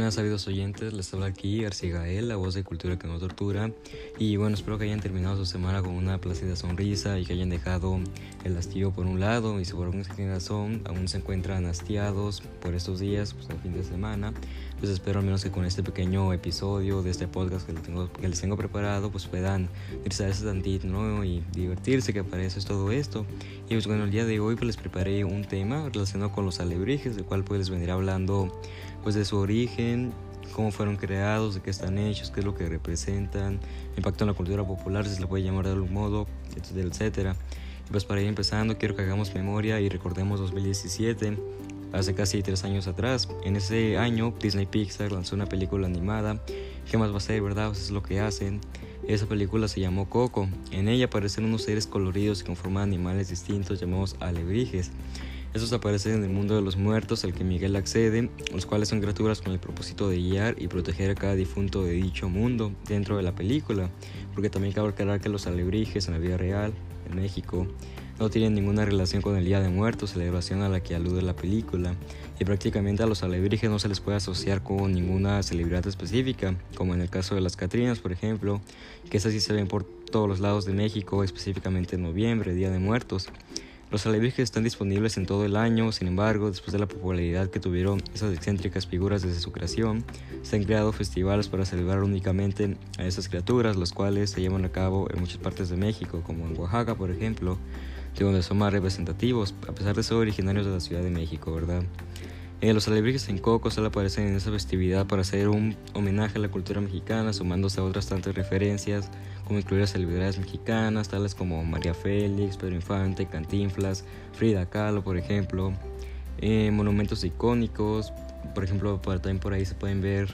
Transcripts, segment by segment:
Buenas, sabidos oyentes, les habla aquí García Gael, la voz de Cultura que no tortura. Y bueno, espero que hayan terminado su semana con una plácida sonrisa y que hayan dejado el hastío por un lado, y si por alguna razón aún se encuentran hastiados por estos días, pues el fin de semana, pues espero al menos que con este pequeño episodio de este podcast que les tengo preparado, pues puedan distraerse tantito, ¿no? Y divertirse, que para eso es todo esto. Y pues bueno, el día de hoy pues les preparé un tema relacionado con los alebrijes, del cual pues les vendré hablando pues de su origen, cómo fueron creados, de qué están hechos, qué es lo que representan, impacto en la cultura popular, si se le puede llamar de algún modo, etcétera. Y pues para ir empezando, quiero que hagamos memoria y recordemos 2017, hace casi 3 años atrás. En ese año, Disney Pixar lanzó una película animada. ¿Qué más va a ser, verdad? Pues es lo que hacen. Esa película se llamó Coco. En ella aparecen unos seres coloridos y con forma de animales distintos llamados alebrijes. Estos aparecen en el mundo de los muertos al que Miguel accede, los cuales son criaturas con el propósito de guiar y proteger a cada difunto de dicho mundo dentro de la película, porque también cabe aclarar que los alebrijes en la vida real, en México, no tienen ninguna relación con el Día de Muertos, celebración a la que alude la película, y prácticamente a los alebrijes no se les puede asociar con ninguna celebridad específica, como en el caso de las Catrinas, por ejemplo, que esas sí se ven por todos los lados de México, específicamente en noviembre, Día de Muertos. Los alebrijes están disponibles en todo el año. Sin embargo, después de la popularidad que tuvieron esas excéntricas figuras desde su creación, se han creado festivales para celebrar únicamente a esas criaturas, los cuales se llevan a cabo en muchas partes de México, como en Oaxaca, por ejemplo, de donde son más representativos, a pesar de ser originarios de la Ciudad de México, ¿verdad? Los alebrijes en Coco solo aparecen en esa festividad para hacer un homenaje a la cultura mexicana, sumándose a otras tantas referencias, como incluir a celebridades mexicanas, tales como María Félix, Pedro Infante, Cantinflas, Frida Kahlo, por ejemplo. Monumentos icónicos, por ejemplo, también por ahí se pueden ver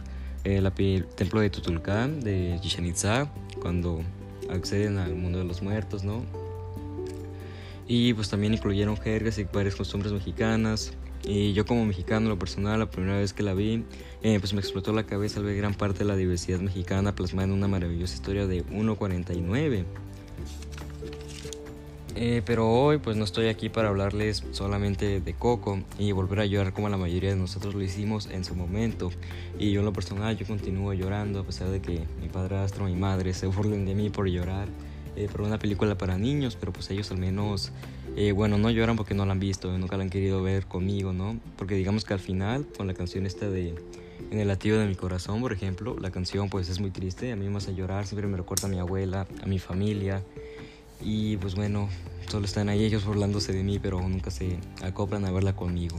el templo de Tutulcán, de Chichén Itzá, cuando acceden al mundo de los muertos, ¿no? Y pues también incluyeron jergas y varias costumbres mexicanas. Y yo como mexicano, lo personal, la primera vez que la vi, pues me explotó la cabeza al ver gran parte de la diversidad mexicana plasmada en una maravillosa historia de 1:49. Pero hoy pues no estoy aquí para hablarles solamente de Coco y volver a llorar como la mayoría de nosotros lo hicimos en su momento. Y yo en lo personal, yo continúo llorando a pesar de que mi padrastro, mi madre se burlen de mí por llorar por una película para niños, pero pues ellos al menos no lloran porque no la han visto, nunca la han querido ver conmigo, ¿no? Porque digamos que al final, con la canción esta de En el latido de mi corazón, por ejemplo, la canción pues es muy triste, a mí me hace llorar, siempre me recuerda a mi abuela, a mi familia, y pues bueno, solo están ahí ellos burlándose de mí, pero nunca se acoplan a verla conmigo.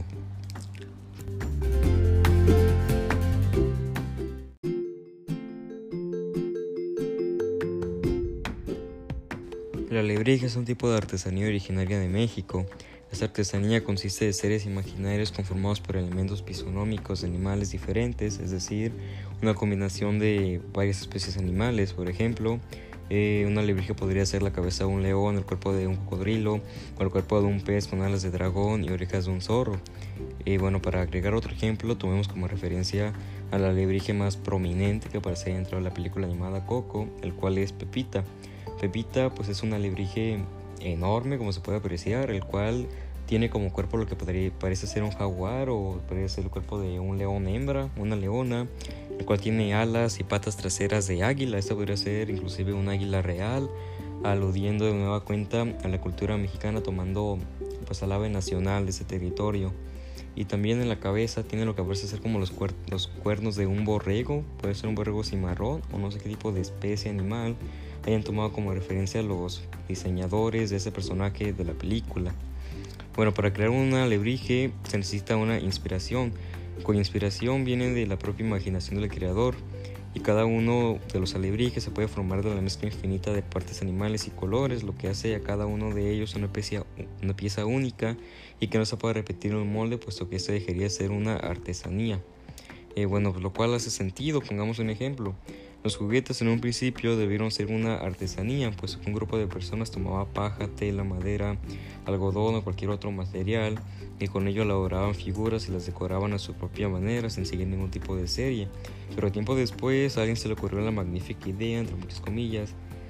El alebrije es un tipo de artesanía originaria de México. Esta artesanía consiste de seres imaginarios conformados por elementos fisonómicos de animales diferentes, es decir, una combinación de varias especies animales. Por ejemplo, un alebrije podría ser la cabeza de un león, el cuerpo de un cocodrilo, o el cuerpo de un pez con alas de dragón y orejas de un zorro. Para agregar otro ejemplo, tomemos como referencia al alebrije más prominente que aparece dentro de la película animada Coco, el cual es Pepita. Pepita pues es un alebrije enorme, como se puede apreciar, el cual tiene como cuerpo lo que parece ser un jaguar o parece ser el cuerpo de un león hembra, una leona, el cual tiene alas y patas traseras de águila. Esta podría ser inclusive un águila real, aludiendo de nueva cuenta a la cultura mexicana, tomando pues al ave nacional de ese territorio. Y también en la cabeza tiene lo que parece ser como los cuernos de un borrego, puede ser un borrego cimarrón o no sé qué tipo de especie animal hayan tomado como referencia a los diseñadores de ese personaje de la película. Para crear un alebrije se necesita una inspiración, cuya inspiración viene de la propia imaginación del creador, y cada uno de los alebrijes se puede formar de la mezcla infinita de partes animales y colores, lo que hace a cada uno de ellos una pieza única y que no se puede repetir en un molde, puesto que esto dejaría de ser una artesanía. Lo cual hace sentido. Pongamos un ejemplo. Los juguetes en un principio debieron ser una artesanía, pues un grupo de personas tomaba paja, tela, madera, algodón o cualquier otro material y con ello elaboraban figuras y las decoraban a su propia manera sin seguir ningún tipo de serie. Pero tiempo después a alguien se le ocurrió la magnífica idea, entre muchas comillas,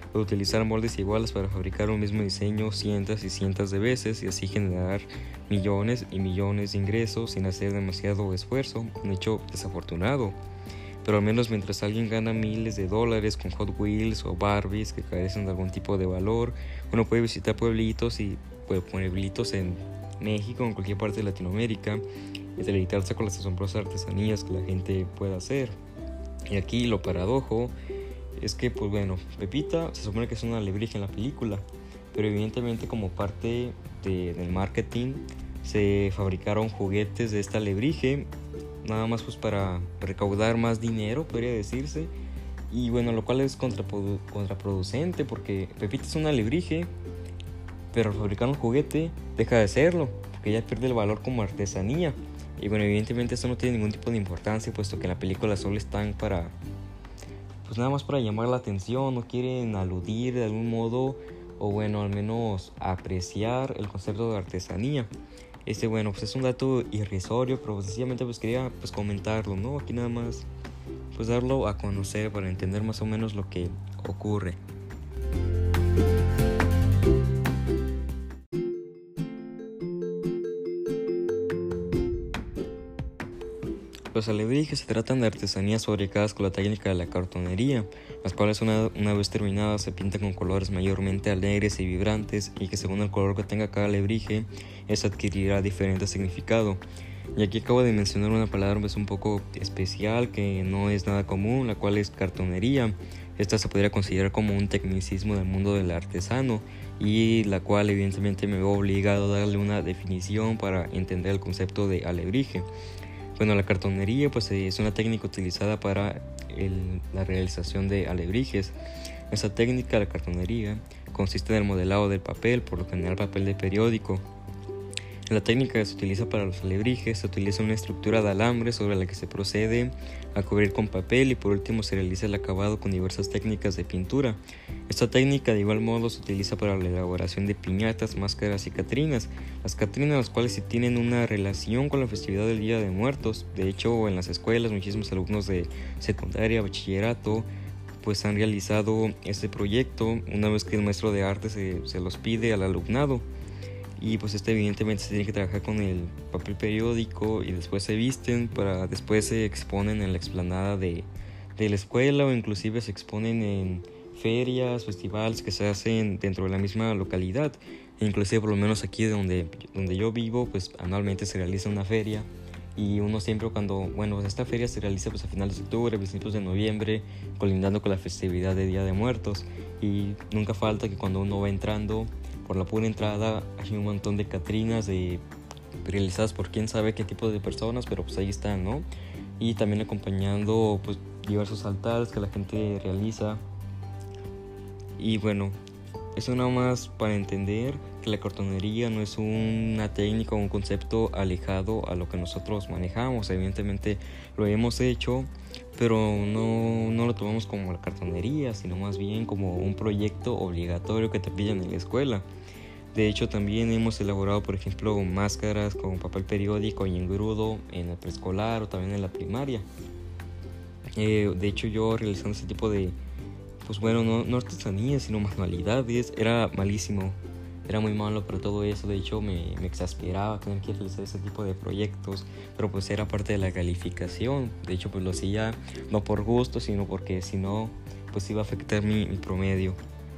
o utilizar moldes iguales para fabricar un mismo diseño cientos y cientos de veces y así generar millones y millones de ingresos sin hacer demasiado esfuerzo, un hecho desafortunado. Pero al menos mientras alguien gana miles de dólares con Hot Wheels o Barbies que carecen de algún tipo de valor, uno puede visitar pueblitos en México o en cualquier parte de Latinoamérica y deleitarse con las asombrosas artesanías que la gente puede hacer. Y aquí lo paradojo es que, Pepita se supone que es una alebrije en la película, pero evidentemente como parte del marketing se fabricaron juguetes de esta alebrije, nada más pues para recaudar más dinero, podría decirse, y lo cual es contraproducente porque Pepita es una alebrije, pero al fabricar un juguete deja de serlo, porque ya pierde el valor como artesanía. Y evidentemente esto no tiene ningún tipo de importancia, puesto que en la película solo están nada más para llamar la atención, no quieren aludir de algún modo, o al menos apreciar el concepto de artesanía. Es un dato irrisorio, pero sencillamente quería comentarlo, ¿no? Aquí nada más darlo a conocer para entender más o menos lo que ocurre. Los alebrijes se tratan de artesanías fabricadas con la técnica de la cartonería, las cuales una vez terminadas se pintan con colores mayormente alegres y vibrantes y que según el color que tenga cada alebrije, eso adquirirá diferente significado. Y aquí acabo de mencionar una palabra un poco especial que no es nada común, la cual es cartonería. Esta se podría considerar como un tecnicismo del mundo del artesano y la cual evidentemente me veo obligado a darle una definición para entender el concepto de alebrije. La cartonería es una técnica utilizada para la realización de alebrijes. Esta técnica de la cartonería consiste en el modelado del papel, por lo general papel de periódico. En la técnica que se utiliza para los alebrijes se utiliza una estructura de alambre sobre la que se procede a cubrir con papel y por último se realiza el acabado con diversas técnicas de pintura. Esta técnica de igual modo se utiliza para la elaboración de piñatas, máscaras y catrinas. Las catrinas, las cuales sí tienen una relación con la festividad del Día de Muertos. De hecho, en las escuelas muchísimos alumnos de secundaria, bachillerato han realizado este proyecto una vez que el maestro de arte se los pide al alumnado. Y evidentemente se tiene que trabajar con el papel periódico y después se visten para después se exponen en la explanada de la escuela o inclusive se exponen en ferias, festivales que se hacen dentro de la misma localidad. Inclusive por lo menos aquí donde yo vivo anualmente se realiza una feria y uno siempre esta feria se realiza a finales de octubre, principios de noviembre, colindando con la festividad de Día de Muertos y nunca falta que cuando uno va entrando por la pura entrada hay un montón de catrinas realizadas por quién sabe qué tipo de personas, pero ahí están, ¿no? Y también acompañando diversos altares que la gente realiza. Y eso nada más para entender que la cartonería no es una técnica o un concepto alejado a lo que nosotros manejamos. Evidentemente lo hemos hecho, pero no lo tomamos como la cartonería, sino más bien como un proyecto obligatorio que te piden en la escuela. De hecho, también hemos elaborado, por ejemplo, máscaras con papel periódico y engrudo en el preescolar o también en la primaria. De hecho, yo realizando ese tipo de, no artesanías, sino manualidades, era malísimo. Era muy malo para todo eso. De hecho, me exasperaba tener que realizar ese tipo de proyectos, pero era parte de la calificación. De hecho, lo hacía no por gusto, sino porque si no, iba a afectar mi promedio.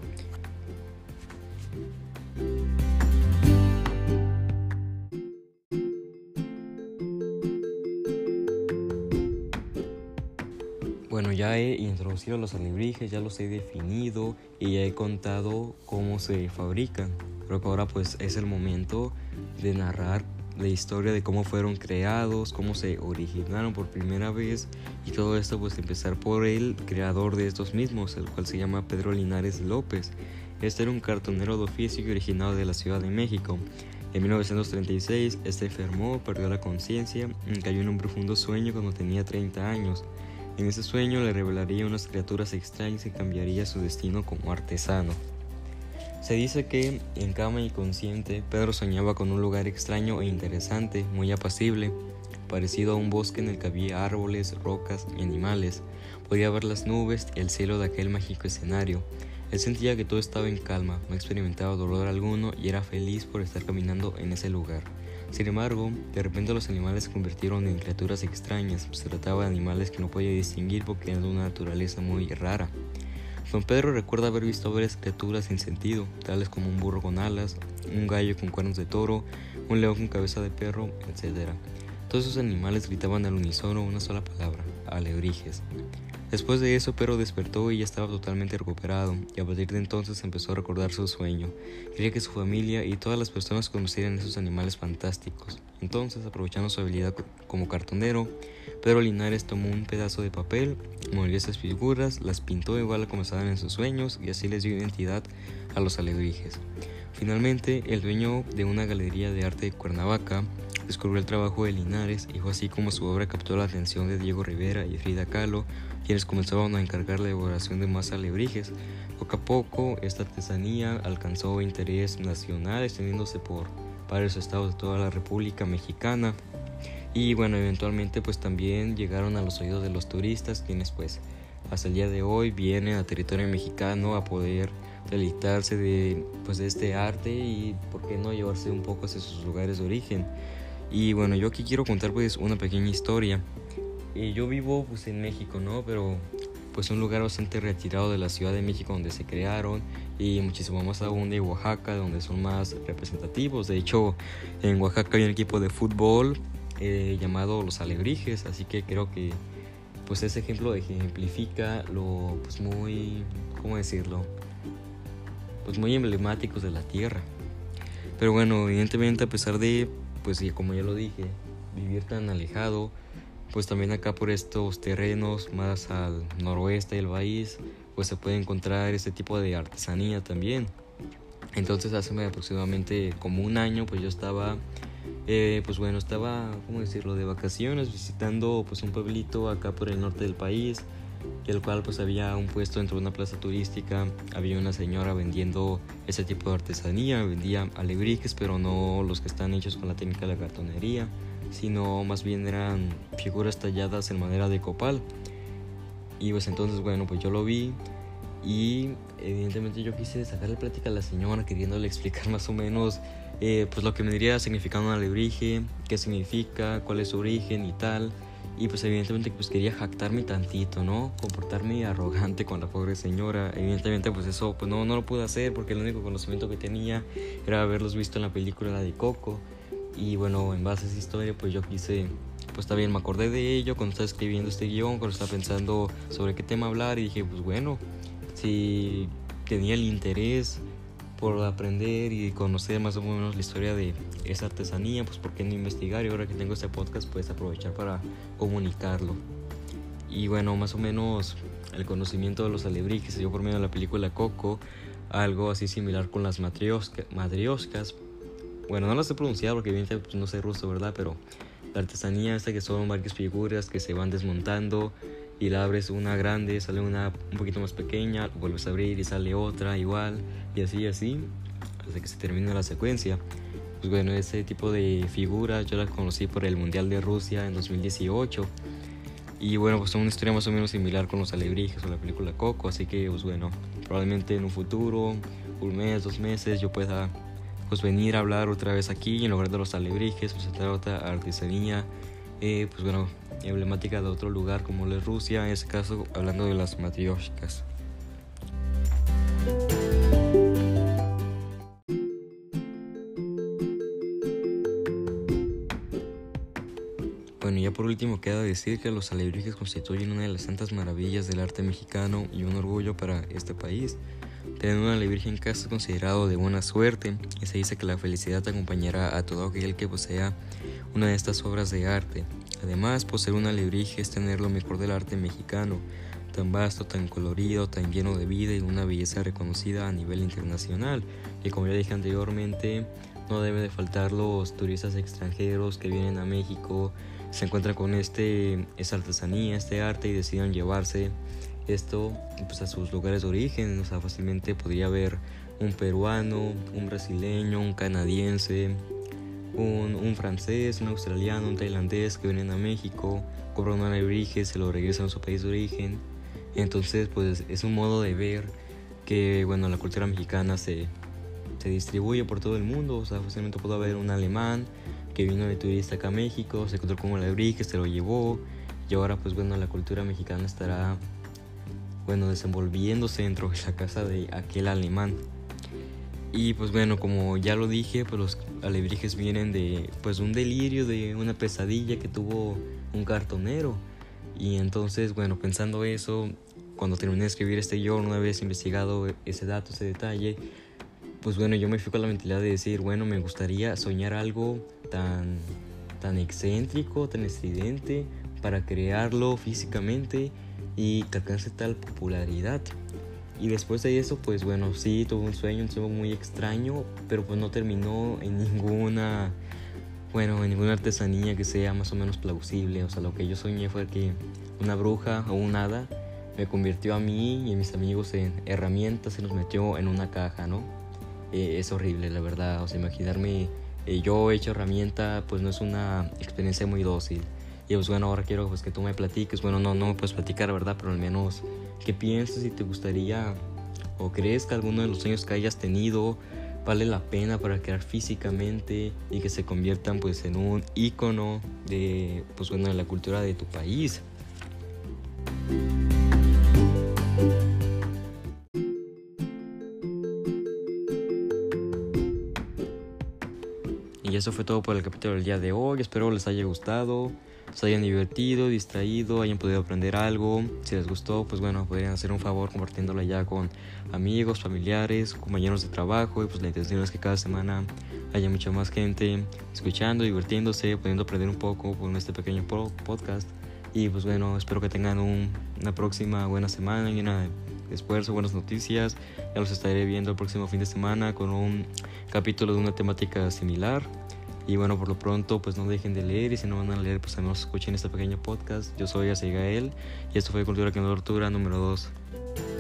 Ya he introducido los alebrijes, ya los he definido y ya he contado cómo se fabrican. Creo que ahora es el momento de narrar la historia de cómo fueron creados, cómo se originaron por primera vez y todo esto empezar por el creador de estos mismos, el cual se llama Pedro Linares López. Este era un cartonero de oficio y originado de la Ciudad de México. En 1936 enfermó, perdió la conciencia y cayó en un profundo sueño cuando tenía 30 años. En ese sueño le revelaría unas criaturas extrañas y cambiaría su destino como artesano. Se dice que, en cama y consciente, Pedro soñaba con un lugar extraño e interesante, muy apacible, parecido a un bosque en el que había árboles, rocas y animales. Podía ver las nubes y el cielo de aquel mágico escenario. Él sentía que todo estaba en calma, no experimentaba dolor alguno y era feliz por estar caminando en ese lugar. Sin embargo, de repente los animales se convirtieron en criaturas extrañas. Se trataba de animales que no podía distinguir porque eran de una naturaleza muy rara. Don Pedro recuerda haber visto varias criaturas sin sentido, tales como un burro con alas, un gallo con cuernos de toro, un león con cabeza de perro, etc. Todos esos animales gritaban al unísono una sola palabra: alebrijes. Después de eso, Pedro despertó y ya estaba totalmente recuperado, y a partir de entonces empezó a recordar su sueño. Quería que su familia y todas las personas conocieran esos animales fantásticos. Entonces, aprovechando su habilidad como cartonero, Pedro Linares tomó un pedazo de papel, molió esas figuras, las pintó igual como estaban en sus sueños y así les dio identidad a los alebrijes. Finalmente, el dueño de una galería de arte de Cuernavaca descubrió el trabajo de Linares y fue así como su obra captó la atención de Diego Rivera y Frida Kahlo, quienes comenzaron a encargar la elaboración de más alebrijes. Poco a poco, esta artesanía alcanzó interés nacional, extendiéndose por varios estados de toda la República Mexicana. Y bueno, eventualmente pues también llegaron a los oídos de los turistas, quienes pues hasta el día de hoy vienen a territorio mexicano a poder deleitarse de este arte y por qué no llevarse un poco hacia sus lugares de origen. Y bueno, yo aquí quiero contar pues una pequeña historia. Yo vivo pues en México, ¿no? Pero pues un lugar bastante retirado de la Ciudad de México donde se crearon, y muchísimo más aún de Oaxaca, donde son más representativos. De hecho, en Oaxaca hay un equipo de fútbol llamado Los Alebrijes, así que creo que pues ese ejemplo ejemplifica lo pues muy, ¿cómo decirlo? Pues muy emblemáticos de la tierra. Pero bueno, evidentemente a pesar de, pues como ya lo dije, vivir tan alejado, pues también acá por estos terrenos más al noroeste del país, pues se puede encontrar este tipo de artesanía también. Entonces hace aproximadamente como un año, pues yo estaba, ¿cómo decirlo?, de vacaciones, visitando pues un pueblito acá por el norte del país, el cual pues había un puesto dentro de una plaza turística. Había una señora vendiendo ese tipo de artesanía, vendía alebrijes, pero no los que están hechos con la técnica de la cartonería, sino más bien eran figuras talladas en madera de copal. Y pues entonces pues yo lo vi y evidentemente yo quise sacarle plática a la señora, queriéndole explicar más o menos pues lo que me diría significando un alebrije, qué significa, cuál es su origen y tal. Y pues evidentemente pues quería jactarme tantito, ¿no? Comportarme arrogante con la pobre señora. Evidentemente pues eso pues no lo pude hacer, porque el único conocimiento que tenía era haberlos visto en la película La de Coco. Y bueno, en base a esa historia pues yo quise, pues también me acordé de ello cuando estaba escribiendo este guión, cuando estaba pensando sobre qué tema hablar, y dije pues bueno, si tenía el interés por aprender y conocer más o menos la historia de esa artesanía, pues por qué no investigar, y ahora que tengo este podcast pues aprovechar para comunicarlo. Y bueno, más o menos el conocimiento de los alebrijes se dio por medio de la película Coco, algo así similar con las matrioshkas. Bueno, no las sé pronunciar porque evidentemente pues no sé ruso, ¿verdad? Pero la artesanía esta, que son varias figuras que se van desmontando, y la abres una grande, sale una un poquito más pequeña, vuelves a abrir y sale otra igual, y así hasta que se termine la secuencia. Pues bueno, ese tipo de figuras yo las conocí por el Mundial de Rusia en 2018, y bueno, pues son una historia más o menos similar con los alebrijes o la película Coco. Así que pues bueno, probablemente en un futuro, un mes, 2 meses, yo pueda pues venir a hablar otra vez aquí en lugar de los alebrijes, presentar otra artesanía pues bueno, emblemática de otro lugar como la Rusia, en este caso hablando de las matrioshkas. Bueno, ya por último queda decir que los alebrijes constituyen una de las tantas maravillas del arte mexicano y un orgullo para este país. Tener un alebrije en casa es considerado de buena suerte, y se dice que la felicidad acompañará a todo aquel que posea una de estas obras de arte. Además, poseer un alebrije es tener lo mejor del arte mexicano, tan vasto, tan colorido, tan lleno de vida y una belleza reconocida a nivel internacional. Y como ya dije anteriormente, no debe de faltar los turistas extranjeros que vienen a México, se encuentran con esa artesanía, este arte, y deciden llevarse esto pues a sus lugares de origen. O sea, fácilmente podría haber un peruano, un brasileño, un canadiense, un francés, un australiano, un tailandés que vienen a México, compran un alebrije, se lo regresan a su país de origen. Entonces pues es un modo de ver que bueno, la cultura mexicana se distribuye por todo el mundo. O sea, fácilmente pudo haber un alemán que vino de turista acá a México, se encontró con el alebrije, se lo llevó, y ahora pues bueno, la cultura mexicana estará bueno desenvolviéndose dentro de la casa de aquel alemán. Y pues bueno, como ya lo dije, pues los alebrijes vienen de pues un delirio, de una pesadilla que tuvo un cartonero. Y entonces, bueno, pensando eso, cuando terminé de escribir este guión, una vez investigado ese dato, ese detalle, pues bueno, yo me fui con la mentalidad de decir, bueno, me gustaría soñar algo tan excéntrico, tan estridente, para crearlo físicamente y que alcance tal popularidad. Y después de eso, pues bueno, sí, tuve un sueño muy extraño, pero pues no terminó en ninguna artesanía que sea más o menos plausible. O sea, lo que yo soñé fue que una bruja o un hada me convirtió a mí y a mis amigos en herramientas y nos metió en una caja, ¿no? Es horrible, la verdad. O sea, imaginarme yo hecho herramienta, pues no es una experiencia muy dócil. Y pues bueno, ahora quiero pues que tú me platiques. Bueno, no me puedes platicar, ¿verdad? Pero al menos, ¿qué piensas? Si te gustaría o crees que alguno de los sueños que hayas tenido vale la pena para crear físicamente y que se conviertan pues en un ícono de pues bueno, de la cultura de tu país. Y eso fue todo por el capítulo del día de hoy. Espero les haya gustado, se hayan divertido, distraído, hayan podido aprender algo. Si les gustó, pues bueno, podrían hacer un favor compartiéndolo ya con amigos, familiares, compañeros de trabajo. Y pues la intención es que cada semana haya mucha más gente escuchando, divirtiéndose, pudiendo aprender un poco con este pequeño podcast. Y pues bueno, espero que tengan una próxima buena semana llena de esfuerzo, buenas noticias. Ya los estaré viendo el próximo fin de semana con un capítulo de una temática similar. Y bueno, por lo pronto pues no dejen de leer, y si no van a leer pues al menos escuchen este pequeño podcast. Yo soy Asigael y esto fue Cultura que no tortura número 2.